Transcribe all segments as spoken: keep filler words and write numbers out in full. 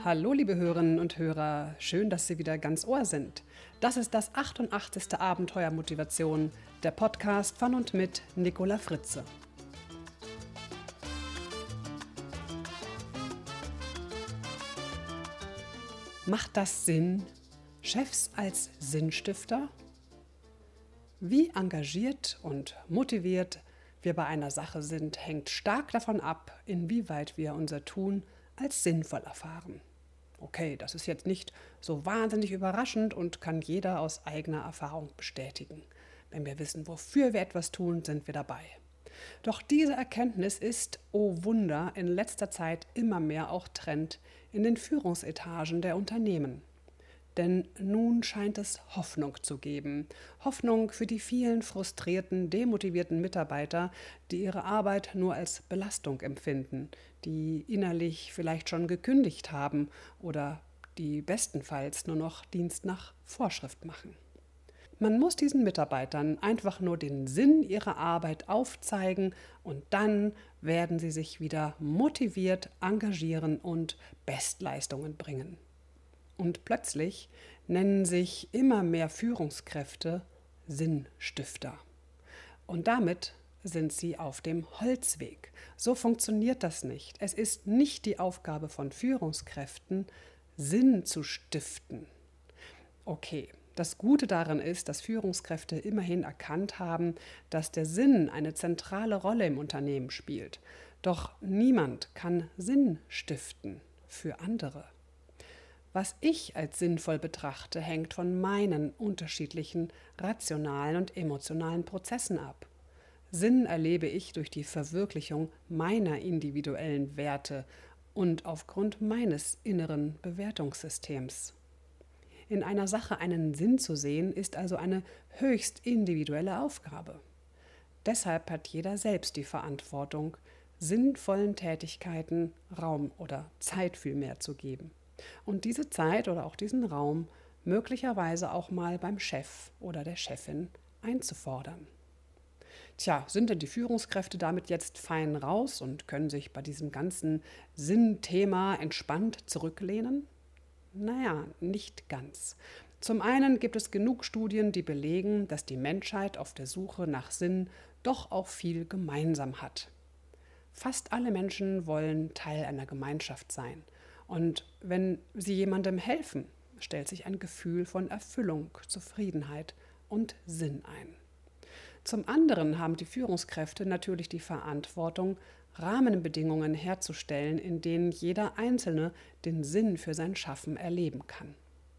Hallo liebe Hörerinnen und Hörer, schön, dass Sie wieder ganz Ohr sind. Das ist das achtundachtzigste Abenteuer Motivation, der Podcast von und mit Nicola Fritze. Macht das Sinn? Chefs als Sinnstifter? Wie engagiert und motiviert wir bei einer Sache sind, hängt stark davon ab, inwieweit wir unser Tun als sinnvoll erfahren. Okay, das ist jetzt nicht so wahnsinnig überraschend und kann jeder aus eigener Erfahrung bestätigen. Wenn wir wissen, wofür wir etwas tun, sind wir dabei. Doch diese Erkenntnis ist, oh Wunder, in letzter Zeit immer mehr auch Trend in den Führungsetagen der Unternehmen. Denn nun scheint es Hoffnung zu geben. Hoffnung für die vielen frustrierten, demotivierten Mitarbeiter, die ihre Arbeit nur als Belastung empfinden, die innerlich vielleicht schon gekündigt haben oder die bestenfalls nur noch Dienst nach Vorschrift machen. Man muss diesen Mitarbeitern einfach nur den Sinn ihrer Arbeit aufzeigen und dann werden sie sich wieder motiviert engagieren und Bestleistungen bringen. Und plötzlich nennen sich immer mehr Führungskräfte Sinnstifter. Und damit sind sie auf dem Holzweg. So funktioniert das nicht. Es ist nicht die Aufgabe von Führungskräften, Sinn zu stiften. Okay, das Gute daran ist, dass Führungskräfte immerhin erkannt haben, dass der Sinn eine zentrale Rolle im Unternehmen spielt. Doch niemand kann Sinn stiften für andere. Was ich als sinnvoll betrachte, hängt von meinen unterschiedlichen rationalen und emotionalen Prozessen ab. Sinn erlebe ich durch die Verwirklichung meiner individuellen Werte und aufgrund meines inneren Bewertungssystems. In einer Sache einen Sinn zu sehen, ist also eine höchst individuelle Aufgabe. Deshalb hat jeder selbst die Verantwortung, sinnvollen Tätigkeiten Raum oder Zeit vielmehr zu geben. Und diese Zeit oder auch diesen Raum möglicherweise auch mal beim Chef oder der Chefin einzufordern. Tja, sind denn die Führungskräfte damit jetzt fein raus und können sich bei diesem ganzen Sinnthema entspannt zurücklehnen? Naja, nicht ganz. Zum einen gibt es genug Studien, die belegen, dass die Menschheit auf der Suche nach Sinn doch auch viel gemeinsam hat. Fast alle Menschen wollen Teil einer Gemeinschaft sein. Und wenn sie jemandem helfen, stellt sich ein Gefühl von Erfüllung, Zufriedenheit und Sinn ein. Zum anderen haben die Führungskräfte natürlich die Verantwortung, Rahmenbedingungen herzustellen, in denen jeder Einzelne den Sinn für sein Schaffen erleben kann.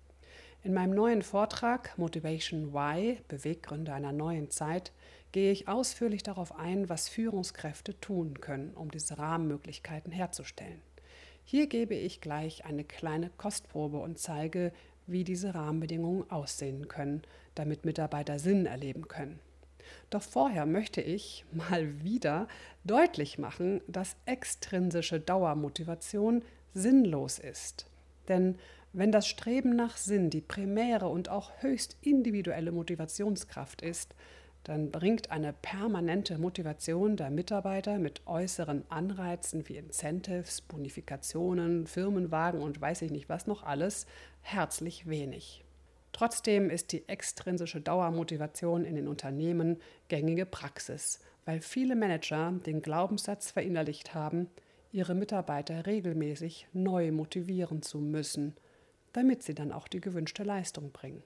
In meinem neuen Vortrag Motivation Why, Beweggründe einer neuen Zeit, gehe ich ausführlich darauf ein, was Führungskräfte tun können, um diese Rahmenmöglichkeiten herzustellen. Hier gebe ich gleich eine kleine Kostprobe und zeige, wie diese Rahmenbedingungen aussehen können, damit Mitarbeiter Sinn erleben können. Doch vorher möchte ich mal wieder deutlich machen, dass extrinsische Dauermotivation sinnlos ist. Denn wenn das Streben nach Sinn die primäre und auch höchst individuelle Motivationskraft ist, dann bringt eine permanente Motivation der Mitarbeiter mit äußeren Anreizen wie Incentives, Bonifikationen, Firmenwagen und weiß ich nicht was noch alles herzlich wenig. Trotzdem ist die extrinsische Dauermotivation in den Unternehmen gängige Praxis, weil viele Manager den Glaubenssatz verinnerlicht haben, ihre Mitarbeiter regelmäßig neu motivieren zu müssen, damit sie dann auch die gewünschte Leistung bringen.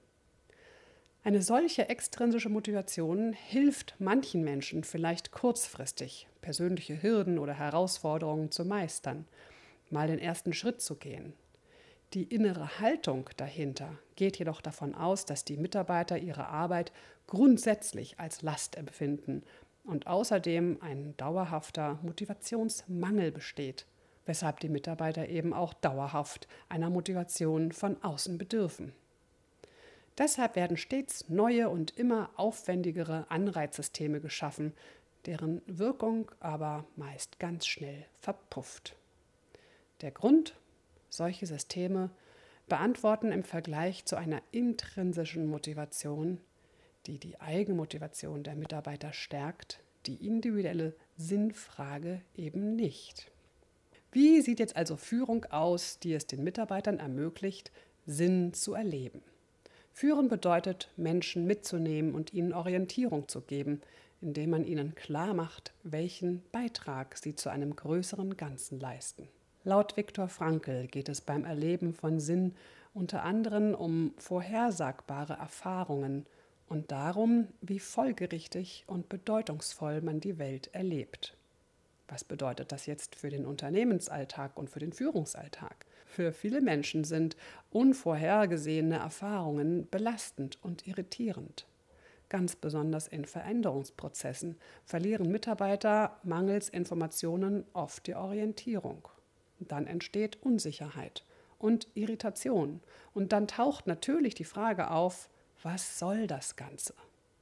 Eine solche extrinsische Motivation hilft manchen Menschen vielleicht kurzfristig, persönliche Hürden oder Herausforderungen zu meistern, mal den ersten Schritt zu gehen. Die innere Haltung dahinter geht jedoch davon aus, dass die Mitarbeiter ihre Arbeit grundsätzlich als Last empfinden und außerdem ein dauerhafter Motivationsmangel besteht, weshalb die Mitarbeiter eben auch dauerhaft einer Motivation von außen bedürfen. Deshalb werden stets neue und immer aufwendigere Anreizsysteme geschaffen, deren Wirkung aber meist ganz schnell verpufft. Der Grund? Solche Systeme beantworten im Vergleich zu einer intrinsischen Motivation, die die Eigenmotivation der Mitarbeiter stärkt, die individuelle Sinnfrage eben nicht. Wie sieht jetzt also Führung aus, die es den Mitarbeitern ermöglicht, Sinn zu erleben? Führen bedeutet, Menschen mitzunehmen und ihnen Orientierung zu geben, indem man ihnen klar macht, welchen Beitrag sie zu einem größeren Ganzen leisten. Laut Viktor Frankl geht es beim Erleben von Sinn unter anderem um vorhersagbare Erfahrungen und darum, wie folgerichtig und bedeutungsvoll man die Welt erlebt. Was bedeutet das jetzt für den Unternehmensalltag und für den Führungsalltag? Für viele Menschen sind unvorhergesehene Erfahrungen belastend und irritierend. Ganz besonders in Veränderungsprozessen verlieren Mitarbeiter mangels Informationen oft die Orientierung. Dann entsteht Unsicherheit und Irritation. Und dann taucht natürlich die Frage auf, was soll das Ganze?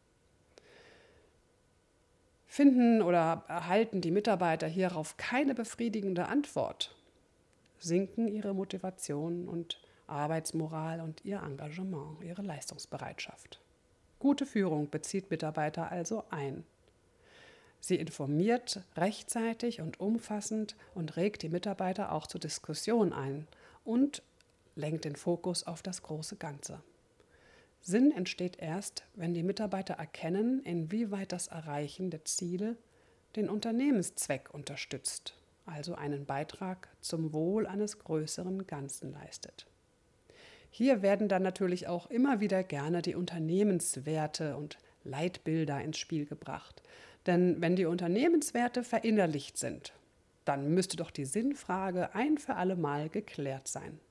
Finden oder erhalten die Mitarbeiter hierauf keine befriedigende Antwort, sinken ihre Motivation und Arbeitsmoral und ihr Engagement, ihre Leistungsbereitschaft. Gute Führung bezieht Mitarbeiter also ein. Sie informiert rechtzeitig und umfassend und regt die Mitarbeiter auch zur Diskussion ein und lenkt den Fokus auf das große Ganze. Sinn entsteht erst, wenn die Mitarbeiter erkennen, inwieweit das Erreichen der Ziele den Unternehmenszweck unterstützt, also einen Beitrag zum Wohl eines größeren Ganzen leistet. Hier werden dann natürlich auch immer wieder gerne die Unternehmenswerte und Leitbilder ins Spiel gebracht. Denn wenn die Unternehmenswerte verinnerlicht sind, dann müsste doch die Sinnfrage ein für alle Mal geklärt sein.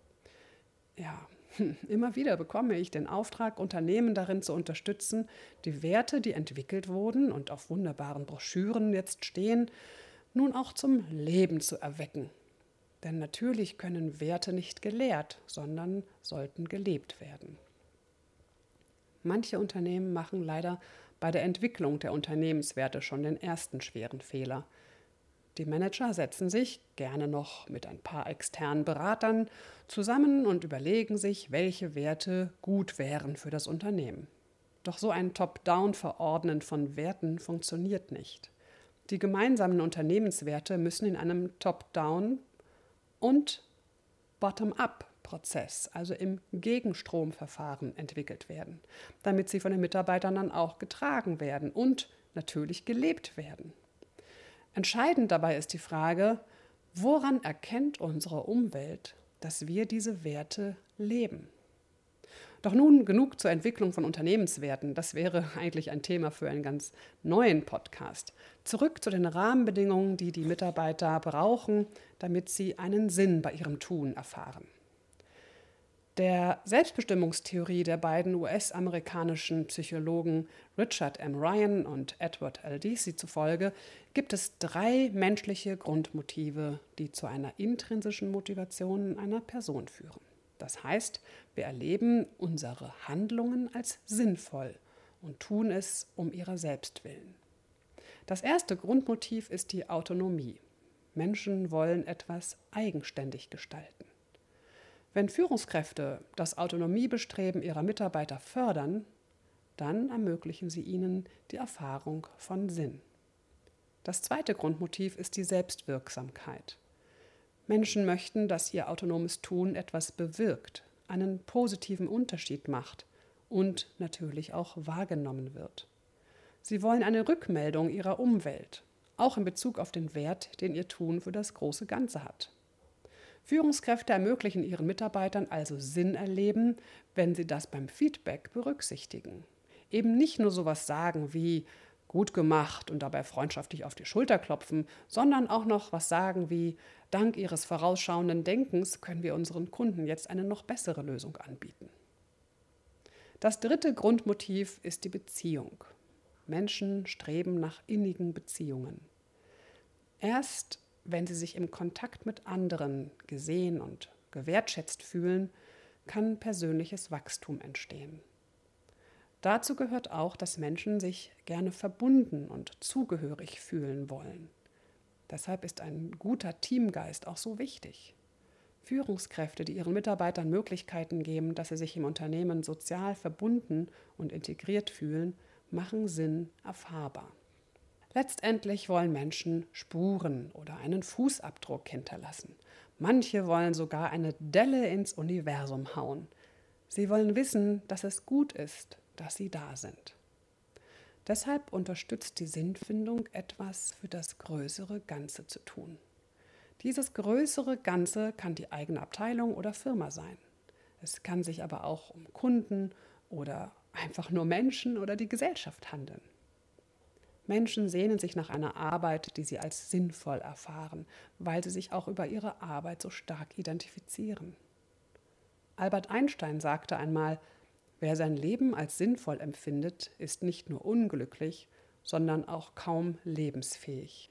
Ja, immer wieder bekomme ich den Auftrag, Unternehmen darin zu unterstützen, die Werte, die entwickelt wurden und auf wunderbaren Broschüren jetzt stehen, nun auch zum Leben zu erwecken. Denn natürlich können Werte nicht gelehrt, sondern sollten gelebt werden. Manche Unternehmen machen leider bei der Entwicklung der Unternehmenswerte schon den ersten schweren Fehler. Die Manager setzen sich, gerne noch mit ein paar externen Beratern, zusammen und überlegen sich, welche Werte gut wären für das Unternehmen. Doch so ein Top-Down-Verordnen von Werten funktioniert nicht. Die gemeinsamen Unternehmenswerte müssen in einem Top-Down- und Bottom-up-Prozess, also im Gegenstromverfahren, entwickelt werden, damit sie von den Mitarbeitern dann auch getragen werden und natürlich gelebt werden. Entscheidend dabei ist die Frage, woran erkennt unsere Umwelt, dass wir diese Werte leben? Doch nun genug zur Entwicklung von Unternehmenswerten. Das wäre eigentlich ein Thema für einen ganz neuen Podcast. Zurück zu den Rahmenbedingungen, die die Mitarbeiter brauchen, damit sie einen Sinn bei ihrem Tun erfahren. Der Selbstbestimmungstheorie der beiden U S-amerikanischen Psychologen Richard M. Ryan und Edward L. Deci zufolge gibt es drei menschliche Grundmotive, die zu einer intrinsischen Motivation einer Person führen. Das heißt, wir erleben unsere Handlungen als sinnvoll und tun es um ihrer selbst willen. Das erste Grundmotiv ist die Autonomie. Menschen wollen etwas eigenständig gestalten. Wenn Führungskräfte das Autonomiebestreben ihrer Mitarbeiter fördern, dann ermöglichen sie ihnen die Erfahrung von Sinn. Das zweite Grundmotiv ist die Selbstwirksamkeit. Menschen möchten, dass ihr autonomes Tun etwas bewirkt, einen positiven Unterschied macht und natürlich auch wahrgenommen wird. Sie wollen eine Rückmeldung ihrer Umwelt, auch in Bezug auf den Wert, den ihr Tun für das große Ganze hat. Führungskräfte ermöglichen ihren Mitarbeitern also Sinn erleben, wenn sie das beim Feedback berücksichtigen. Eben nicht nur sowas sagen wie gut gemacht und dabei freundschaftlich auf die Schulter klopfen, sondern auch noch was sagen wie dank ihres vorausschauenden Denkens können wir unseren Kunden jetzt eine noch bessere Lösung anbieten. Das dritte Grundmotiv ist die Beziehung. Menschen streben nach innigen Beziehungen. Erst wenn sie sich im Kontakt mit anderen gesehen und gewertschätzt fühlen, kann persönliches Wachstum entstehen. Dazu gehört auch, dass Menschen sich gerne verbunden und zugehörig fühlen wollen. Deshalb ist ein guter Teamgeist auch so wichtig. Führungskräfte, die ihren Mitarbeitern Möglichkeiten geben, dass sie sich im Unternehmen sozial verbunden und integriert fühlen, machen Sinn erfahrbar. Letztendlich wollen Menschen Spuren oder einen Fußabdruck hinterlassen. Manche wollen sogar eine Delle ins Universum hauen. Sie wollen wissen, dass es gut ist, dass sie da sind. Deshalb unterstützt die Sinnfindung etwas für das größere Ganze zu tun. Dieses größere Ganze kann die eigene Abteilung oder Firma sein. Es kann sich aber auch um Kunden oder einfach nur Menschen oder die Gesellschaft handeln. Menschen sehnen sich nach einer Arbeit, die sie als sinnvoll erfahren, weil sie sich auch über ihre Arbeit so stark identifizieren. Albert Einstein sagte einmal, wer sein Leben als sinnvoll empfindet, ist nicht nur unglücklich, sondern auch kaum lebensfähig.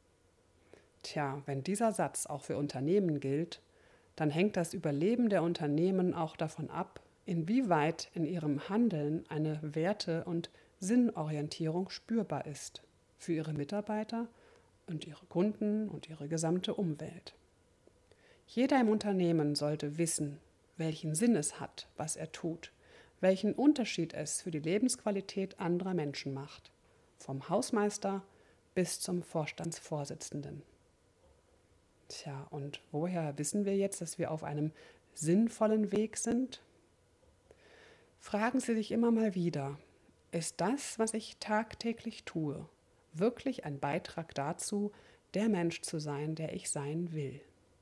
Tja, wenn dieser Satz auch für Unternehmen gilt, dann hängt das Überleben der Unternehmen auch davon ab, inwieweit in ihrem Handeln eine Werte- und Sinnorientierung spürbar ist für ihre Mitarbeiter und ihre Kunden und ihre gesamte Umwelt. Jeder im Unternehmen sollte wissen, welchen Sinn es hat, was er tut, welchen Unterschied es für die Lebensqualität anderer Menschen macht, vom Hausmeister bis zum Vorstandsvorsitzenden. Tja, und woher wissen wir jetzt, dass wir auf einem sinnvollen Weg sind? Fragen Sie sich immer mal wieder, ist das, was ich tagtäglich tue, wirklich ein Beitrag dazu, der Mensch zu sein, der ich sein will?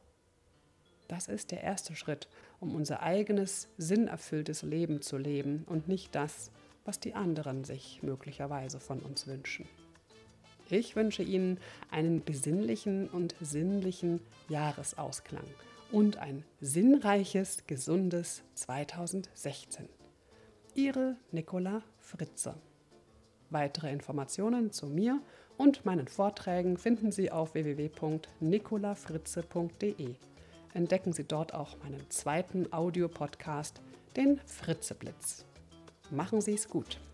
Das ist der erste Schritt, um unser eigenes, sinnerfülltes Leben zu leben und nicht das, was die anderen sich möglicherweise von uns wünschen. Ich wünsche Ihnen einen besinnlichen und sinnlichen Jahresausklang und ein sinnreiches, gesundes zweitausendsechzehn. Ihre Nicola Fritze. Weitere Informationen zu mir und meinen Vorträgen finden Sie auf w w w punkt nicola fritze punkt d e. Entdecken Sie dort auch meinen zweiten Audiopodcast, den Fritzeblitz. Machen Sie es gut.